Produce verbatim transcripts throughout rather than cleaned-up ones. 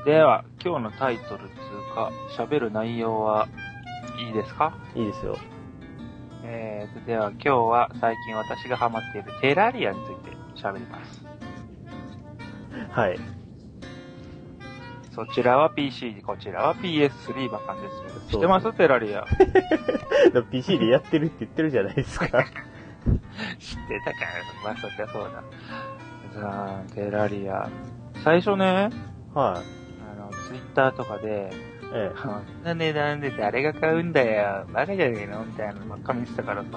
では、今日のタイトルつうか、喋る内容はいいですか？ いいですよ。 えーと、では今日は最近私がハマっているテラリアについて喋ります。 はい。 そちらは ピーシー、こちらは ピーエススリー ばっかんですよ。知ってますテラリア。 ピーシー でやってるって言ってるじゃないですか。知ってたから、まあそりゃそうだ。さあ、テラリア。最初ね、 はい。 あの、ツイッターとかで、 ええ。 こんな値段で誰が買うんだよ、バカじゃねえのみたいなのばっか見てたからさ。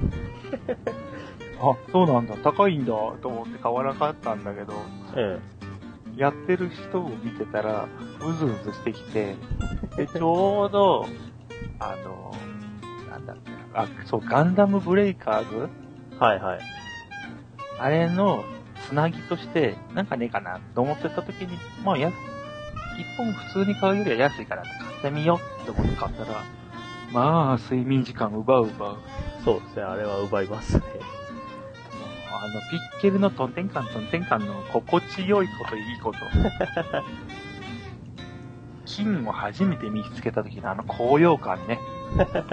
あ、そうなんだ、高いんだ、と思って買わなかったんだけど、 ええ、やってる人を見てたら、うずうずしてきて、で、ちょうど、あの、なんだっけ、あ、そう、ガンダムブレイカーズはいはい。 あれの、つなぎとして、なんかねえかなと思ってた時に、まあ、や、一本普通に買うよりは安いからって買ってみようって思って買ったら、まあ、睡眠時間奪う奪う。 そうですね、あれは奪いますね。 あの、ピッケルのトンテンカントンテンカンの心地よいこといいこと。金を初めて見つけた時のあの高揚感ね。本当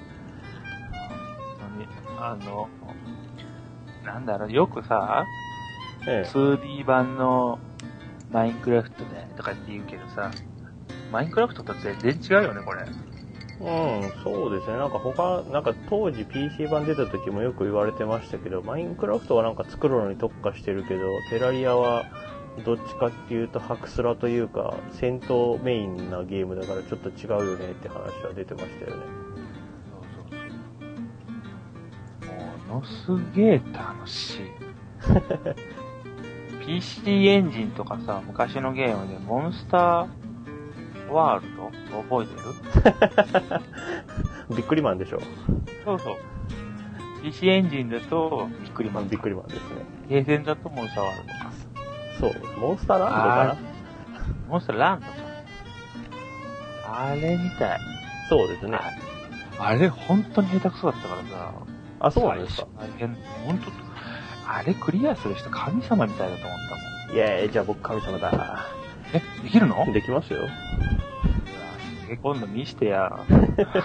に、あの、なんだろう、よくさ、 ええ、 ツーディー 版のマインクラフトでとかって言うけどさ、マインクラフトと全然違うよね、これ。 うん、そうですね。なんか他、なんか当時 ピーシー 版出た時もよく言われてましたけど、マインクラフトはなんか作るのに特化してるけど、テラリアはどっちかっていうとハクスラというか、戦闘メインなゲームだからちょっと違うよねって話は出てましたよね。 そうそうそう。ものすげえ楽しい。ピーシー エンジンとかさ、昔のゲームでモンスターワールド覚えてる？ ビックリマンでしょ。 そうそう。ピーシー エンジンだとビックリマン。 ビックリマンですね。 ゲーセンだとモンスターワールドか。 そう、モンスターランドかな？ モンスターランドか。あれみたい。 そうですね。 あれ本当に下手くそだったからさ。 あ、そうなんですか。 大変、本当あれクリアする人神様みたいだと思ったもん。 イェーイ、じゃあ僕神様だ。 え、できるの？ できますよ。 え、今度見してや。あの、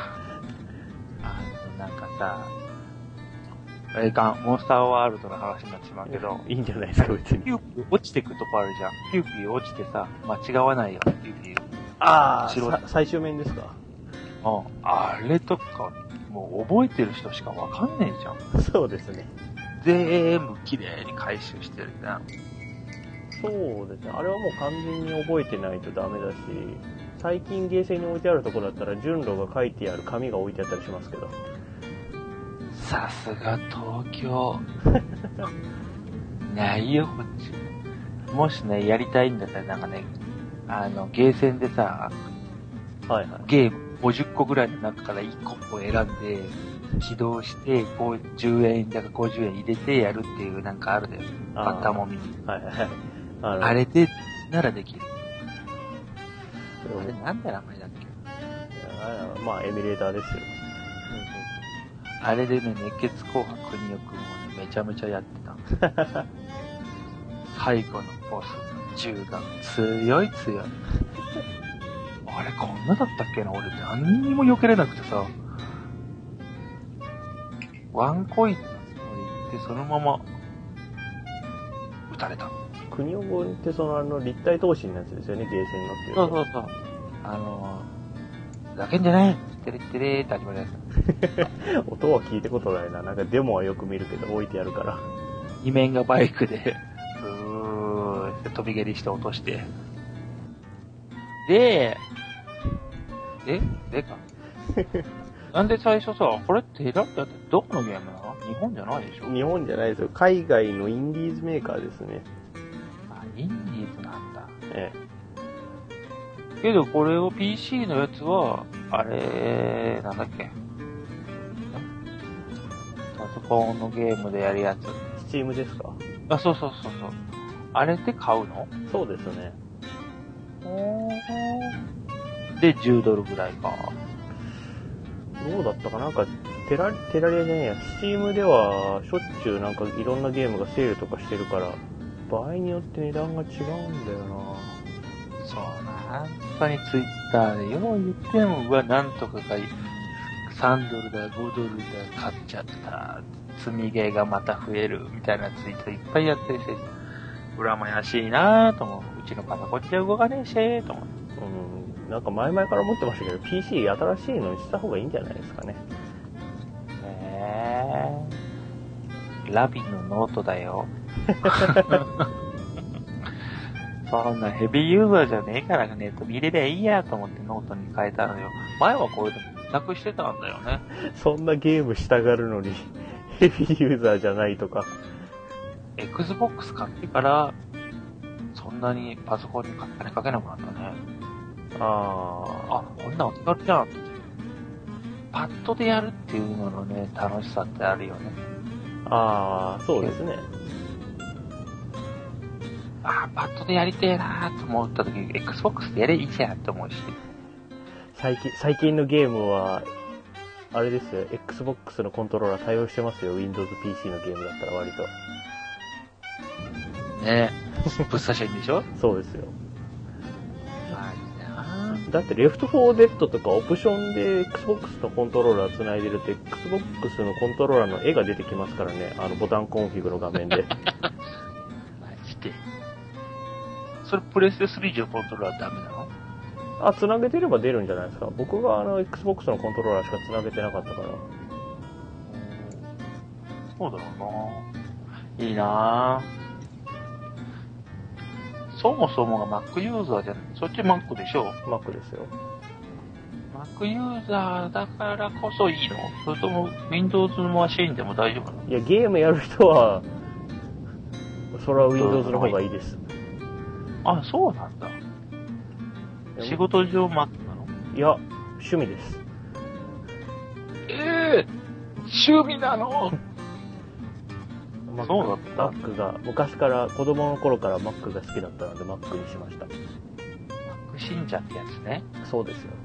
なんかさ、えかん、モンスターワールドの話になってしまうけど。 いいんじゃないですか、別に。 ピューピュー落ちてくとこあるじゃん。ピューピュー落ちてさ、間違わないよ、ピューピュー。 ああ、最終面ですか。 うん。あれとか、もう覚えてる人しかわかんねえじゃん。 そうですね。 全部綺麗に回収してるじゃん。 そうですね。あれはもう完全に覚えてないとダメだし、最近ゲーセンに置いてあるところだったら順路が書いてある紙が置いてあったりしますけど。 さすが東京。ないよ、こっち。もしね、やりたいんだったらなんかね、あの、ゲーセンでさ、 はいはい。 ゲームごじゅっこぐらいの中からいっこを選んで、起動して、こう、じゅうえんだかごじゅうえん入れてやるっていうなんかあるだよ。バッタモミ。 はいはいはい。あ, あれで、ならできる。あれなんだよ、名前だっけ？ あまあ、エミュレーターですよ。 あれでね、熱血紅白によくもうね、めちゃめちゃやってた。最後のボスの銃が強い強い。あれこんなだったっけな？俺何にも避けれなくてさ。ワンコインのつもりでそのまま撃たれた。 国尾君ってそのあの立体投資のやつですよね、ゲーセンのっていう。 そうそうそう。あのー、ふざけんじゃないてれってれーって始まるやつ。音は聞いたことないな。なんかデモはよく見るけど置いてあるから。 二面がバイクで、うーって飛び蹴りして落として。で、で、でか。なんで最初さ、これってだってどこのゲームなの？日本じゃないでしょ？ 日本じゃないですよ。海外のインディーズメーカーですね。 あ、インディーズなんだ。 ええ。けどこれを ピーシー のやつは、あれ、なんだっけ？パソコンのゲームでやるやつ。 スチームですか？ あ、そうそうそうそう。あれで買うの？ そうですね。 で、じゅうドルぐらいか。 どうだったかな、なんか、テラ、テラリアじゃねえや、スチームでは、しょっちゅうなんかいろんなゲームがセールとかしてるから、場合によって値段が違うんだよな。 そう本当にツイッターでよう言っても、うわ、なんとかがさんドルだ、ごドルだ、買っちゃった。積みゲーがまた増える、みたいなツイートいっぱいやってるし、羨ましいなぁと思う。うちのパソコンじゃ動かねえし、と思う。 うん、なんか前々から思ってましたけど、ピーシー 新しいのにした方がいいんじゃないですかね。 へぇー。ラビのノートだよ。そんなヘビーユーザーじゃねえからネット見れりゃいいやと思ってノートに変えたのよ。前はこれでもなくしてたんだよね。 そんなゲームしたがるのに、ヘビーユーザーじゃないとか。 Xbox 買ってから、そんなにパソコンに金かけなくなったね。 ああ、こんなんお手軽じゃんって。パッドでやるっていうののね、楽しさってあるよね。 ああ、そうですね。 あ、パッドでやりてえなーと思った時に Xbox でやればいいじゃんって思うし。 最近、最近のゲームは、あれですよ、Xbox のコントローラー対応してますよ、Windows ピーシー のゲームだったら割と。 ねえ。ぶっ刺しゃいいんでしょそうですよ。 まあいいなだって、レフトフォーデッドとかオプションで Xbox のコントローラー繋いでると Xbox のコントローラーの絵が出てきますからね、あのボタンコンフィグの画面で。 マジで。それプレステスリーじゃコントローラーダメなの？ あ、繋げてれば出るんじゃないですか。僕があの Xbox のコントローラーしか繋げてなかったから。 そうだろうな。いいなぁ。そもそもが Mac ユーザーじゃない。そっち Mac でしょ？ Mac ですよ。 Mac ユーザーだからこそいいの？それとも Windows のマシンでも大丈夫なの？ いや、ゲームやる人は、それは Windows の方がいいです。 あ、そうなんだ。仕事上 Mac なの？ いや、趣味です。 ええー、趣味なの？そうだった。 Mac が、昔から子供の頃から Mac が好きだったので Mac にしました。 Mac 信者ってやつね。 そうですよ。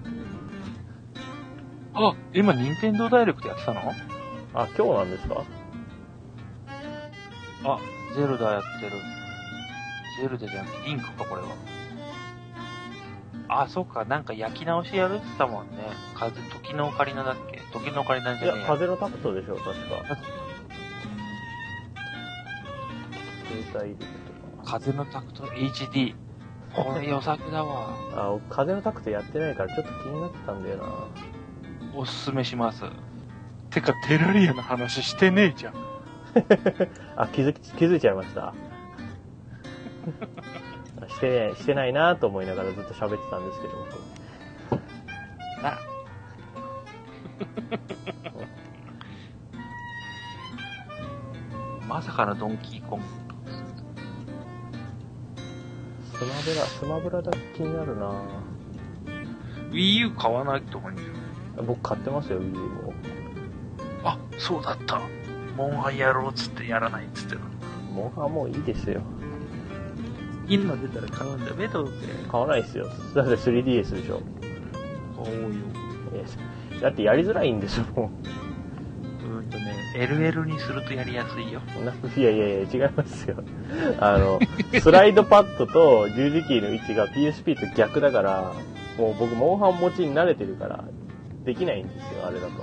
あ、今任天堂ダイレクトやってたの？ あ、今日なんですか？ あ、ゼルダやってる。ゼルダじゃなくてインクか、これは。あ、そっか、なんか焼き直しやるって言ったもんね。風、時のオカリナだっけ？時のオカリナじゃねえや。 いや、風のタクトでしょ、確か。携帯リクトか。 風のタクト エイチディー。これ良作だわ。 あ、風のタクトやってないからちょっと気になってたんだよな。 おすすめします。てか、テラリアの話してねえじゃん。 あ、気づき、気づいちゃいました。して、してないなと思いながらずっと喋ってたんですけど、僕。 な。まさかのドンキーコング。 スマブラ、スマブラだけ気になるな Wii U 買わないと思うんだよ。 僕買ってますよ、Wii U も。 あ、そうだった。モンハンやろうっつってやらないっつってた。 モンハンもういいですよ。 今出たら買うんだべ、どうせ。 買わないっすよ。だって スリーディーエス でしょ。 買おうよ。 えだってやりづらいんですもん。 うーんとね、エルエル にするとやりやすいよ。 いやいやいや、違いますよ。あの、スライドパッドと十字キーの位置が ピーエスピー と逆だから、もう僕、モンハン持ちに慣れてるから、できないんですよ、あれだと。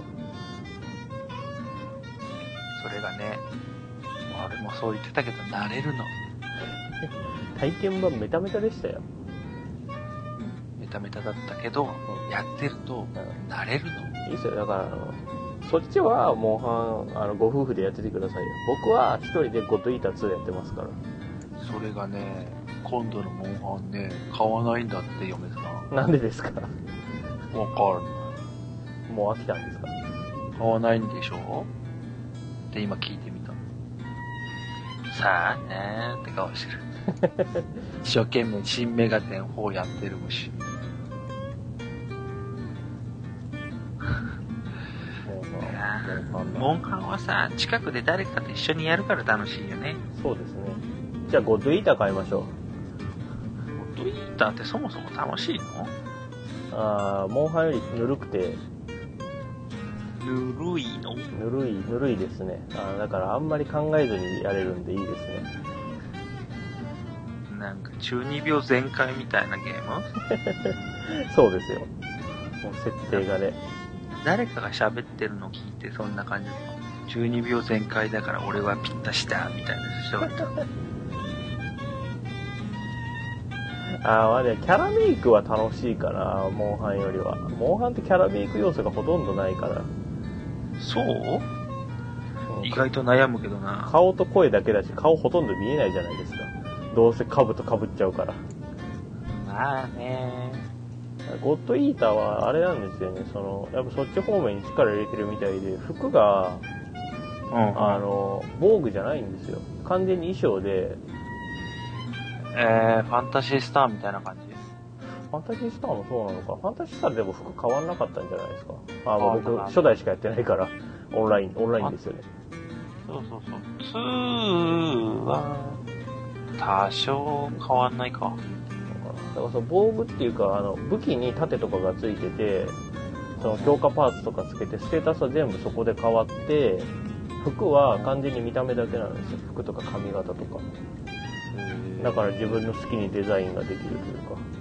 それがね、俺もそう言ってたけど、慣れるの。 体験版メタメタでしたよ。 メタメタだったけど、やってると、慣れるの。 いいですよ、だから、あの、そっちは、モンハン、あの、ご夫婦でやっててくださいよ。僕は一人でゴッドイーターツーやってますから。 それがね、今度のモンハンね、買わないんだって、嫁さん。 なんでですか？ わかる。 もう飽きたんですか？ 買わないんでしょって今聞いてみた。さあねーって顔してる。一生懸命新メガテンフォーやってるし。モンハンはさ、近くで誰かと一緒にやるから楽しいよね。 そうですね。じゃあゴッドイーター買いましょう。 ゴッドイーターってそもそも楽しいの？ あー、モンハンよりぬるくて、 ぬるいの？ ぬるい、ぬるいですね。あだからあんまり考えずにやれるんでいいですね。 ななんか中二病全開みたいなゲームそうですよ。もう設定がね。 誰かが喋ってるのを聞いてそんな感じですか？中二病全開だから俺はピッタシだみたいな人がいた。 あー、まあね、キャラメイクは楽しいかな、モンハンよりは。モンハンってキャラメイク要素がほとんどないから。 そう？ うん、 意外と悩むけどな。 顔と声だけだし、顔ほとんど見えないじゃないですか。どうせ被と被っちゃうから。 まあね。 ゴッドイーターはあれなんですよね、その、やっぱそっち方面に力入れてるみたいで、服が、 うん、 あの、防具じゃないんですよ。完全に衣装で、 えー、ファンタシースターみたいな感じ。 ファンタジースターもそうなのか。ファンタジースターでも服変わんなかったんじゃないですか。あ、 あ僕、初代しかやってないから、オンライン、オンラインですよね。 そうそうそう。ツーは、多少変わんないか。 だからその防具っていうか、あの、武器に盾とかがついてて、その強化パーツとかつけて、ステータスは全部そこで変わって、服は完全に見た目だけなんですよ。服とか髪型とか。だから自分の好きにデザインができるというか。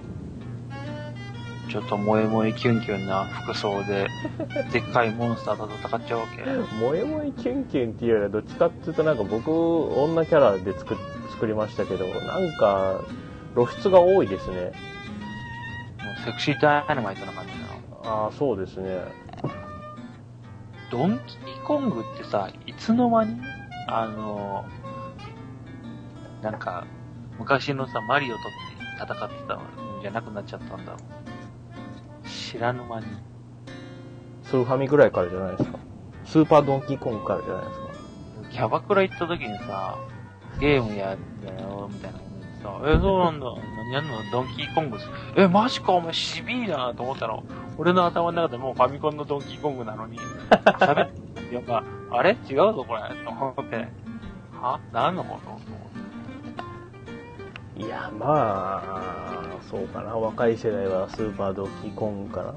ちょっと萌え萌えキュンキュンな服装で、でっかいモンスターと戦っちゃうわけ。 萌え萌えキュンキュンっていうよりはどっちかっていうとなんか僕、女キャラで作作りましたけど、なんか、露出が多いですね。 もうセクシーダイナマイトな感じだな。 ああ、そうですね。 ドンキーコングってさ、いつの間にあの、なんか、昔のさ、マリオと戦ってたんじゃなくなっちゃったんだろう。知らぬ間に。 スーファミぐらいからじゃないですか。スーパードンキーコングからじゃないですか。 キャバクラ行った時にさ、ゲームやったよ、みたいなのにさ、え、そうなんだ、何やんのドンキーコングです。え、マジか、お前シビーだなと思ったの。俺の頭の中でもうファミコンのドンキーコングなのに、喋って、やっぱ、あれ違うぞ、これ、と思って。は何のことと思って。 いや、まあ、そうかな。若い世代はスーパードンキーコングかな。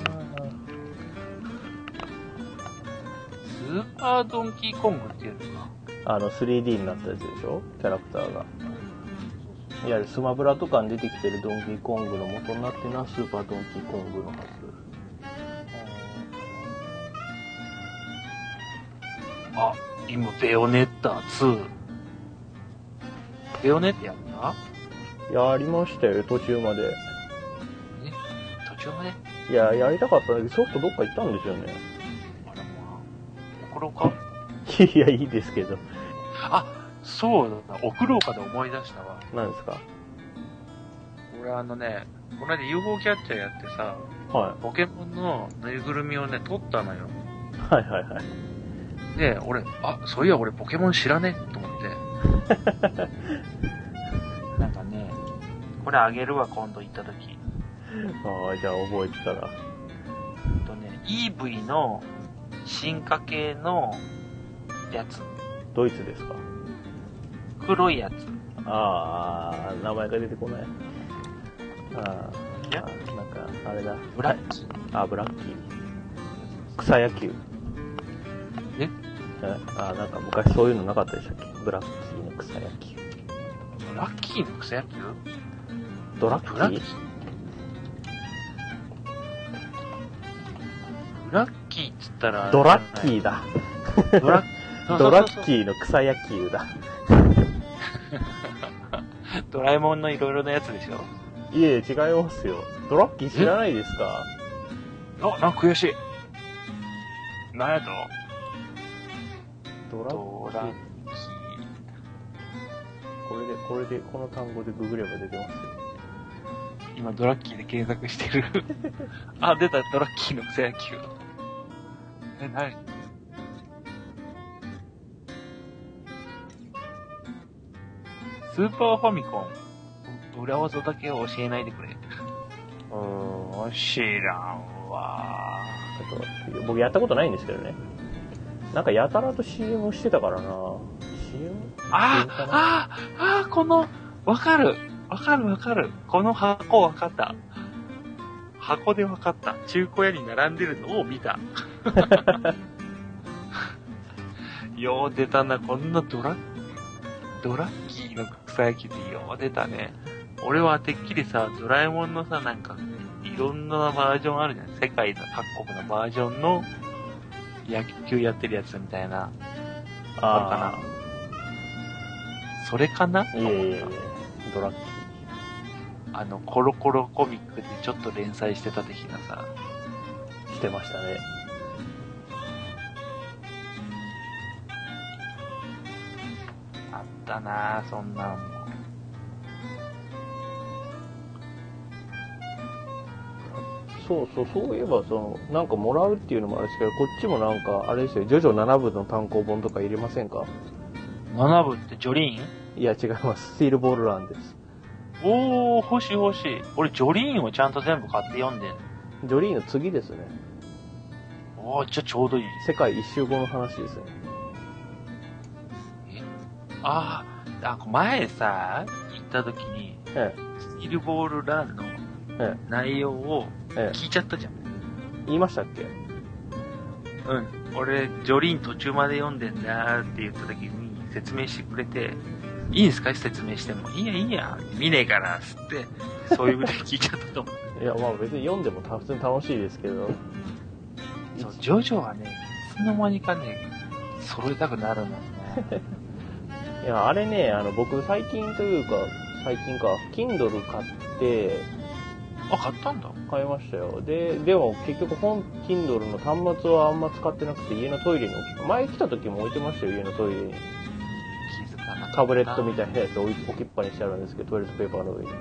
スーパードンキーコングっていうのか。 あの スリーディー になったやつでしょ、キャラクターが。いわゆるスマブラとかに出てきてるドンキーコングの元になってるのはスーパードンキーコングのはず。 あ、今、ベヨネッタツー。ベヨネッタやったやりましたよ、途中まで。 え途中までいや、やりたかったんだけど、ソフトどっか行ったんですよね。 あらまあ、送ろうかいや、いいですけど。 あ、そうだな、送ろうかで思い出したわ。 何ですか？ 俺あのね、この間 ユーフォー キャッチャーやってさ、 はポケモンのぬいぐるみをね、取ったのよ。 い。はいはいはい。 で、俺、あ、そういや俺ポケモン知らねえと思って。なんかね、これあげるわ、今度行った時。 ああ、じゃあ覚えてたら。 えっとね、イーブイ の進化系のやつ。 ドイツですか？ 黒いやつ。 ああ、名前が出てこない。ああ、 いやなんか、あれだ。 ブラッキー。 あ、ブラッキー。草野球。 えあ、なんか昔そういうのなかったでしたっけ？ブラッキーの草野球。 ブラッキーの草野球？ ドラッキー？ ブラッキーブラッキーっつったら、 ドラッキーだ。 ドラッドラッキーの草野球だ。 ドラえもんのいろいろなやつでしょ？ いえ、違いますよ。ドラッキー知らないですか？ あ、なんか悔しい。なんやと？ ドラドラッキー。 これで、これで、この単語でググれば出てますよ。 今ドラッキーで検索してる。あ、出た、ドラッキーの草野球。え、なに？スーパーファミコン。裏技だけを教えないでくれ。うーん、知らんわちょっと、僕やったことないんですけどね。なんかやたらと シーエム してたからな。シーエム？ ああ、ああ、あこの、わかる。わかるわかる。この箱わかった。箱でわかった。中古屋に並んでるのを見た。よう出たな。こんなドラ、ドラッキーの草野球ってよう出たね。 俺はてっきりさ、ドラえもんのさ、なんか、いろんなバージョンあるじゃん。世界の各国のバージョンの野球やってるやつみたいな。あるかな。それかな？ いえいえいえ、ドラッキー。 あの、コロコロコミックでちょっと連載してた的なさ。 してましたね。 あったなぁ、そんなんも。 そうそう、そういえば、その、なんかもらうっていうのもあるんですけど、こっちもなんか、あれですよ、ジョジョなな部の単行本とか入れませんか？ なな部ってジョリーン？ いや、違います。スティールボールランです。 おー、欲しい欲しい。俺、ジョリーンをちゃんと全部買って読んでん。 ジョリーンの次ですね。 おー、じゃあちょうどいい。 世界一周後の話ですね。 えあー、なんか前さ、行った時に、 えスティールボールランのえ、え内容をえ、ええ。 聞いちゃったじゃん。 言いましたっけ？ うん。俺、ジョリーン途中まで読んでんだーって言った時に説明してくれて、いいんですか説明しても。いいやいいや、見ねえから、つって、そういうぐらい聞いちゃったと思う。 いや、まあ別に読んでも普通に楽しいですけど。 そう、ジョジョはね、いつの間にかね、揃えたくなるのよね。 いや、あれね、あの、僕最近というか、最近か、Kindle 買って、 あ、買ったんだ。 買いましたよ。で、でも結局本、Kindle の端末はあんま使ってなくて、家のトイレに置き、前来た時も置いてましたよ、家のトイレに。 気づかなかった。 タブレットみたいなやつ置き置きっぱにしてあるんですけど、トイレットペーパーの上に。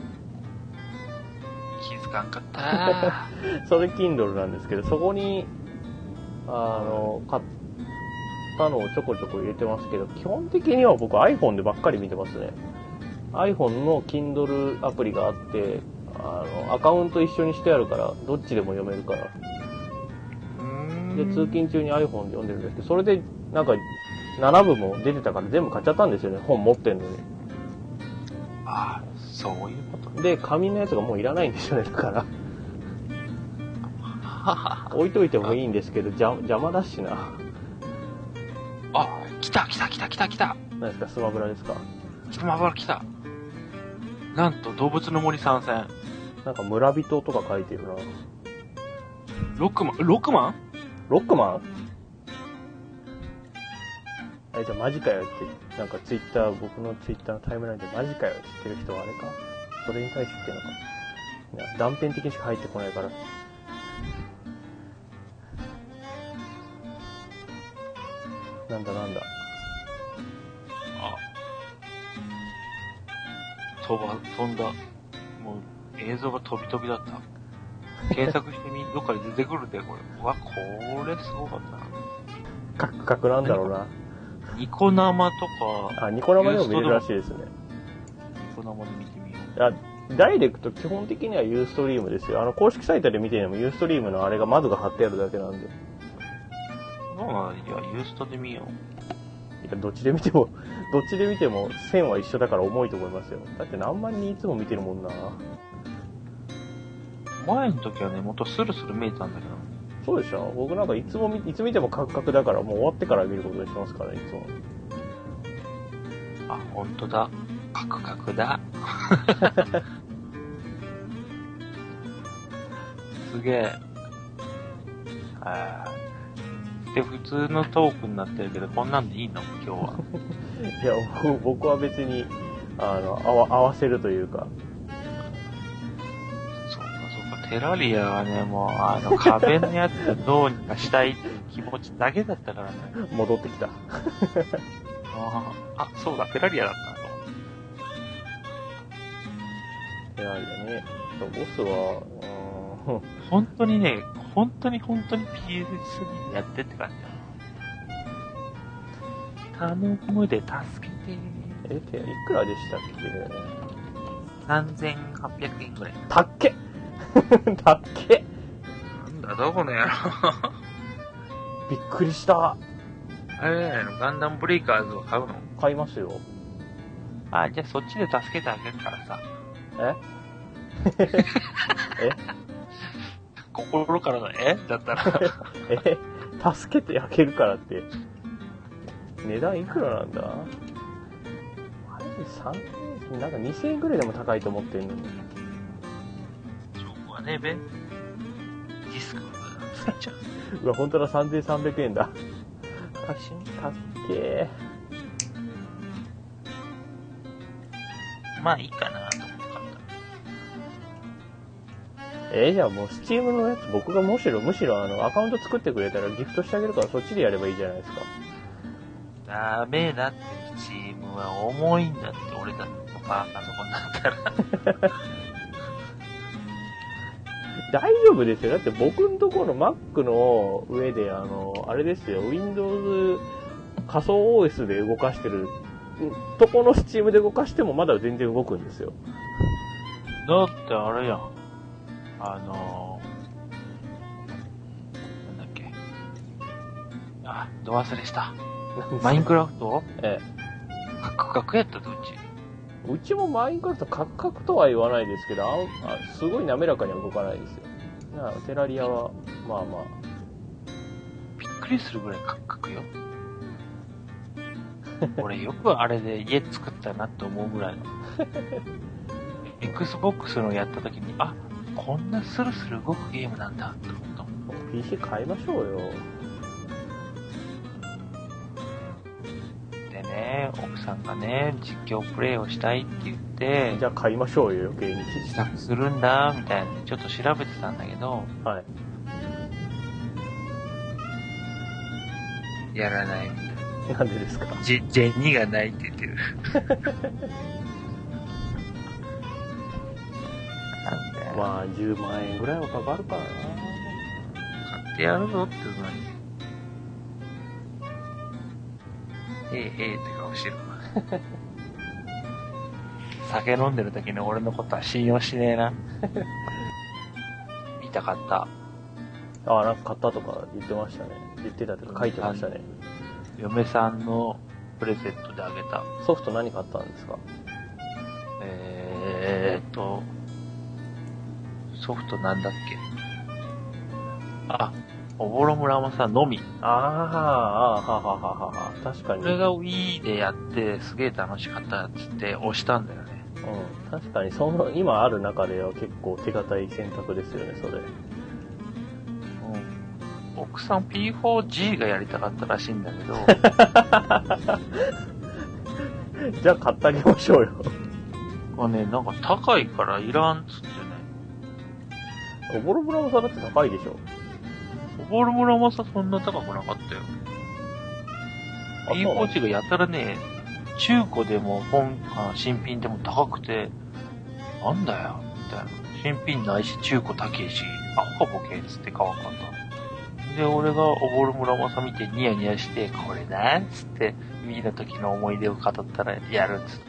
気づかんかったそれ Kindle なんですけど、そこに、あの、買ったのをちょこちょこ入れてますけど、基本的には僕 iPhone でばっかり見てますね。iPhone の Kindle アプリがあって、あの、アカウント一緒にしてあるから、どっちでも読めるから。で、通勤中に iPhone で読んでるんですけど、それで、なんか、なな部も出てたから全部買っちゃったんですよね、本持ってんのに。 ああ、そういうことで、紙のやつがもういらないんですよね、だから。置いといてもいいんですけど、邪邪魔だしな。 あ、来た来た来た来た来た。 何ですか、スマブラですか。 スマブラ来た。なんと動物の森参戦。 なんか村人とか書いてるな。 ロックマン、ロックマンロックマン？え、じゃあマジかよって、なんかツイッター、僕のツイッターのタイムラインでマジかよって言ってる人はあれか。それに対して言ってるのか。いや、断片的にしか入ってこないから。なんだなんだ。 あ。飛ば、飛んだ。もう、映像が飛び飛びだった。検索してみ、どっかで出てくるで、これ。うわ、これすごかったな。 カクカクなんだろうな。 ニコ生とか。 あ、ニコ生でも見れるらしいですね。 ニコ生で見てみよう。あ、ダイレクト基本的にはユーストリームですよ。あの、公式サイトで見てるのもユーストリームのあれが窓が貼ってあるだけなんで。 そうなんだ。いや、ユーストで見よう。いや、どっちで見ても、どっちで見ても線は一緒だから重いと思いますよ。だって何万人いつも見てるもんな。 前の時はね、もっとスルスル見えたんだけど。 そうでしょ？僕なんかいつもいつ見てもカクカクだからもう終わってから見ることにしますから、いつも。 あ、ほんとだ。カクカクだ。すげえ。あーで、普通のトークになってるけど、こんなんでいいの今日は。 いや、僕、僕は別に、あの、合わ、合わせるというか。 そうか、そうか。テラリアはね、もう、あの、壁のやつでどうにかしたいっていう気持ちだけだったからね。 戻ってきた。 ああ、そうだ、テラリアだったの。 テラリアね。ボスは、うーん。 本当にね、本当に本当に ピーエススリー でやってって感じだ。頼むで助けて。 え、て、いくらでしたっけ？ さんぜんはっぴゃくえんぐらい。 たっけたっけなんだ、どこのやろびっくりした。 あれじゃないの？ガンダムブレイカーズを買うの？ 買いますよ。 あ、じゃあそっちで助けてあげるからさ。 ええ心からのえだったら。 え助けてあげるからって。値段いくらなんだ？あれさんなんかにせんえんぐらいでも高いと思ってんのに。 そこはね、べ、ディスクがついちゃう。 うわ、ほんとだ、さんぜんさんびゃくえんだ。たっけー。まあいいかなと思った。 えー、じゃあもうスチームのやつ僕がむしろ、むしろあの、アカウント作ってくれたらギフトしてあげるからそっちでやればいいじゃないですか。 ダメだって、スチームは重いんだって、俺だってパソコンだったら。 大丈夫ですよ。だって僕のところの Mac の上で、あの、あれですよ、Windows 仮想 オーエス で動かしてる、とこの Steam で動かしてもまだ全然動くんですよ。 だってあれやん。あのー、なんだっけ。あ、ど忘れした。マインクラフトええ。 カクカクやったとうち。 うちもマインクラフトカクカクとは言わないですけど、ああすごい滑らかには動かないですよ。なあテラリアは、まあまあ。 びっくりするぐらいカクカクよ。俺よくあれで家作ったなって思うぐらいの。Xbox のやった時に、あ、こんなスルスル動くゲームなんだって思ったもん。 ピーシー 買いましょうよ。 でね、奥さんがね、実況プレイをしたいって言って、 じゃあ買いましょうよ、余計に。 試作するんだ、みたいなちょっと調べてたんだけど、 はい。 やらないみたいな。 なんでですか？ ジェ、ジェニがないって言ってる。 まあ、じゅうまんえんぐらいはかかるからな。 買ってやるぞっていうのに。ええええって顔してる。酒飲んでる時に俺のことは信用しねえな。見たかった。 ああ、なんか買ったとか言ってましたね。言ってたとか書いてましたね。 嫁さんのプレゼントであげた。 ソフト何買ったんですか？ えーっと、ソフトなんだっけ。あ、おぼろ村正のみ。 ああ、ははははは。確かに。 これが Wii でやってすげえ楽しかったっつって押したんだよね。 うん。確かに、その、今ある中では結構手堅い選択ですよね、それ。 うん。奥さん ピーフォージー がやりたかったらしいんだけど。 じゃあ買ってあげましょうよ。 まあね、なんか高いからいらんっつってね。 おぼろ村もさだって高いでしょ。 おぼろ村もさ、そんな高くなかったよ。ピーフォージー がやたらね、中古でも本、あ新品でも高くて、なんだよ、みたいな。新品ないし、中古高いし、アホかボケっつって買わんかった。で、俺がおぼろ村正見てニヤニヤして、これなっつって、Wii の時の思い出を語ったらやるっつって。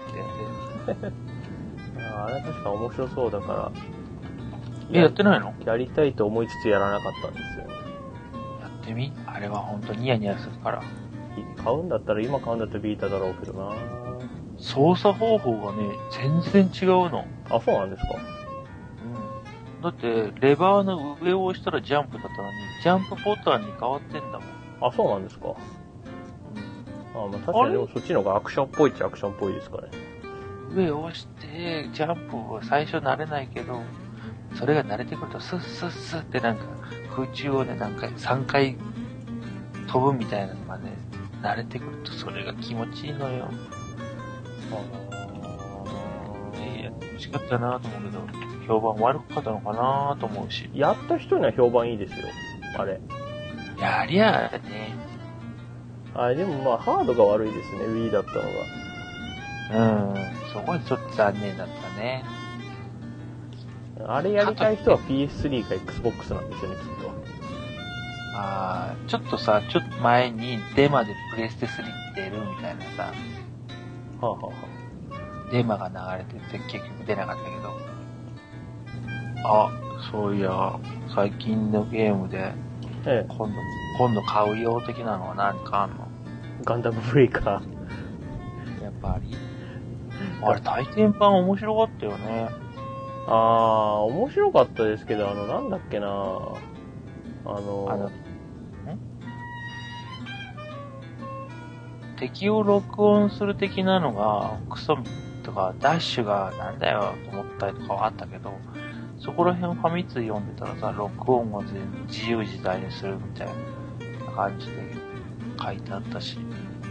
あれ確か面白そうだから。 え、やってないの？ やりたいと思いつつやらなかったんですよね。 やってみ？あれはほんとニヤニヤするから。 買うんだったら今買うんだったらビータだろうけどな。 操作方法がね、全然違うの。 あ、そうなんですか？ うん。だって、レバーの上を押したらジャンプだったのに、ジャンプボタンに変わってんだもん。 あ、そうなんですか？うん。あ、まあ確かにでもそっちの方がアクションっぽいっちゃアクションっぽいですかね。 上を押して、ジャンプは最初慣れないけど、それが慣れてくるとスッスッスッってなんか空中をね、なんかさんかい飛ぶみたいなのがね、慣れてくるとそれが気持ちいいのよ。あー。いや、楽しかったなと思うけど、評判悪かったのかなと思うし。 やった人には評判いいですよ。あれ。 やりゃあね。 あれでもまあハードが悪いですね、Wii だったのうん。そこでちょっと残念だったね。 が。あれやりたい人は ピーエススリー か Xbox なんですよね、きっと。 あー、ちょっとさ、ちょっと前にデマでプレステスリー出るみたいなさ、 はあ、はあはデマが流れてて結局出なかったけど、あ、そういや、最近のゲームで、 あ、ええ、 今度、今度買う用的なのは何かあんの？ ガンダムブレイカー。 やっぱり。あれ、体験版面白かったよね。 あー、面白かったですけど、あの、なんだっけなあの、 あの、ん敵を録音する的なのが、クソとか、ダッシュがなんだよと思ったりとかはあったけど、そこら辺ファミ通読んでたらさ、録音を全部自由自在にするみたいな感じで書いてあったし、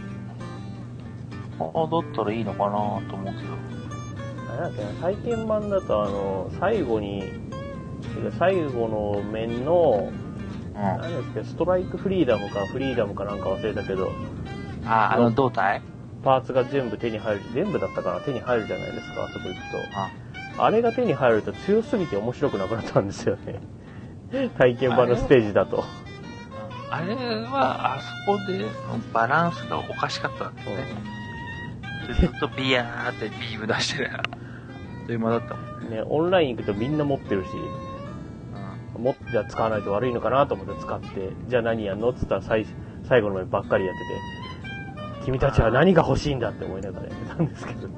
ああ、だったらいいのかなと思うけど。 あれだっけな、体験版だとあの、最後に、最後の面の、 うん。 何ですか、ストライクフリーダムかフリーダムかなんか忘れたけど、 あ、あの胴体パーツが全部手に入る、全部だったかな、手に入るじゃないですか、あそこ行くと。 ああれが手に入ると強すぎて面白くなくなったんですよね。体験版のステージだと。 あれは、あそこでバランスがおかしかったんだよね。ずっとビヤーってビーム出してるやん。あっという間だったもん。 ね、オンライン行くとみんな持ってるし、 うん。 もじゃあ使わないと悪いのかなと思って使って、じゃあ何やんのって言ったら最最後の面ばっかりやってて、君たちは何が欲しいんだって思いながらやってたんですけど。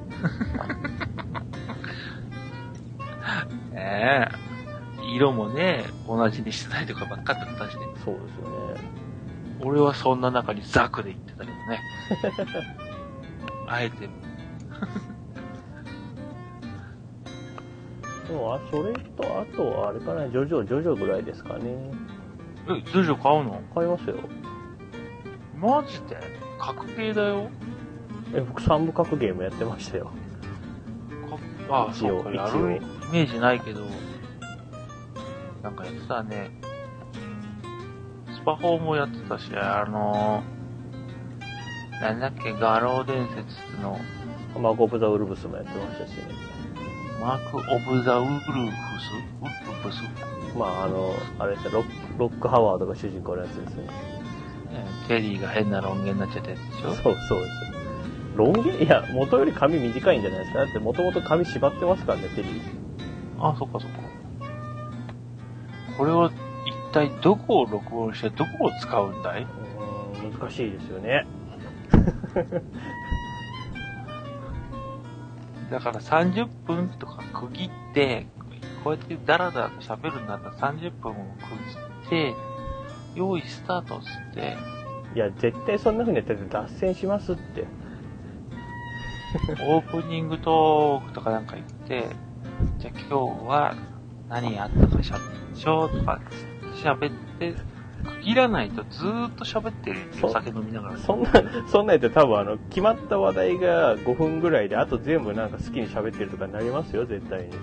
ねえ。色もね、同じにしてないとかばっかだったしね。 そうですよね。 俺はそんな中にザクで言ってたけどね。あえて。 でも、あ、それと、あとはあれかな、ジョジョ、ジョジョぐらいですかね。 え、ジョジョ買うの？ 買いますよ。 マジで？格ゲーだよ。 え、僕三部格ゲームやってましたよ。 ああ、 一応そうか、や一応るイメージないけど、なんかやってたね。スパフォーもやってたし、あのー、なんだっけ、画廊伝説の、 マーク・オブ・ザ・ウルブスもやってましたしね。 マーク・オブ・ザ・ウルフスウルフスまあ、あの、あれですね、ロック、ロックハワードが主人公のやつですね。 テリーが変なロン毛になっちゃったやつでしょ？ そうそうです。ロン毛いや、元より髪短いんじゃないですか。だって元々髪縛ってますからね、テリー。 あ、そっかそっか。これは一体どこを録音してどこを使うんだい？ うーん、難しいですよね。 だからさんじゅっぷんとか区切って、こうやってダラダラと喋るんだったらさんじゅっぷんを区切って、用意スタートっつって。 いや、絶対そんな風にやったら脱線しますって。 オープニングトークとかなんか言って、じゃあ今日は何やったかしゃべりましょうとか喋って、区切らないとずーっと喋ってるお酒飲みながら。 そんな、そんなんやって多分あの、決まった話題がごふんぐらいで、あと全部なんか好きに喋ってるとかになりますよ、絶対に。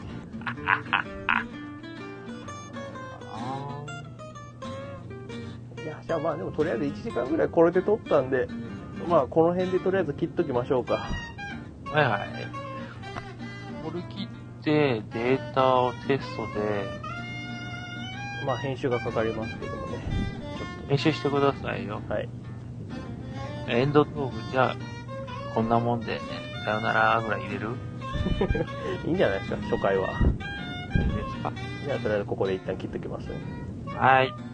いや、じゃあまあでもとりあえずいちじかんぐらいこれで撮ったんで、まあこの辺でとりあえず切っときましょうか。 はいはい。これ切ってデータをテストで、 まあ編集がかかりますけどもね。 編集してくださいよ。 はい。 エンドトークじゃあ、こんなもんで、さよならぐらい入れる？ いいんじゃないですか、初回は。 いいですか？ じゃあとりあえずここで一旦切っときますね。 はい。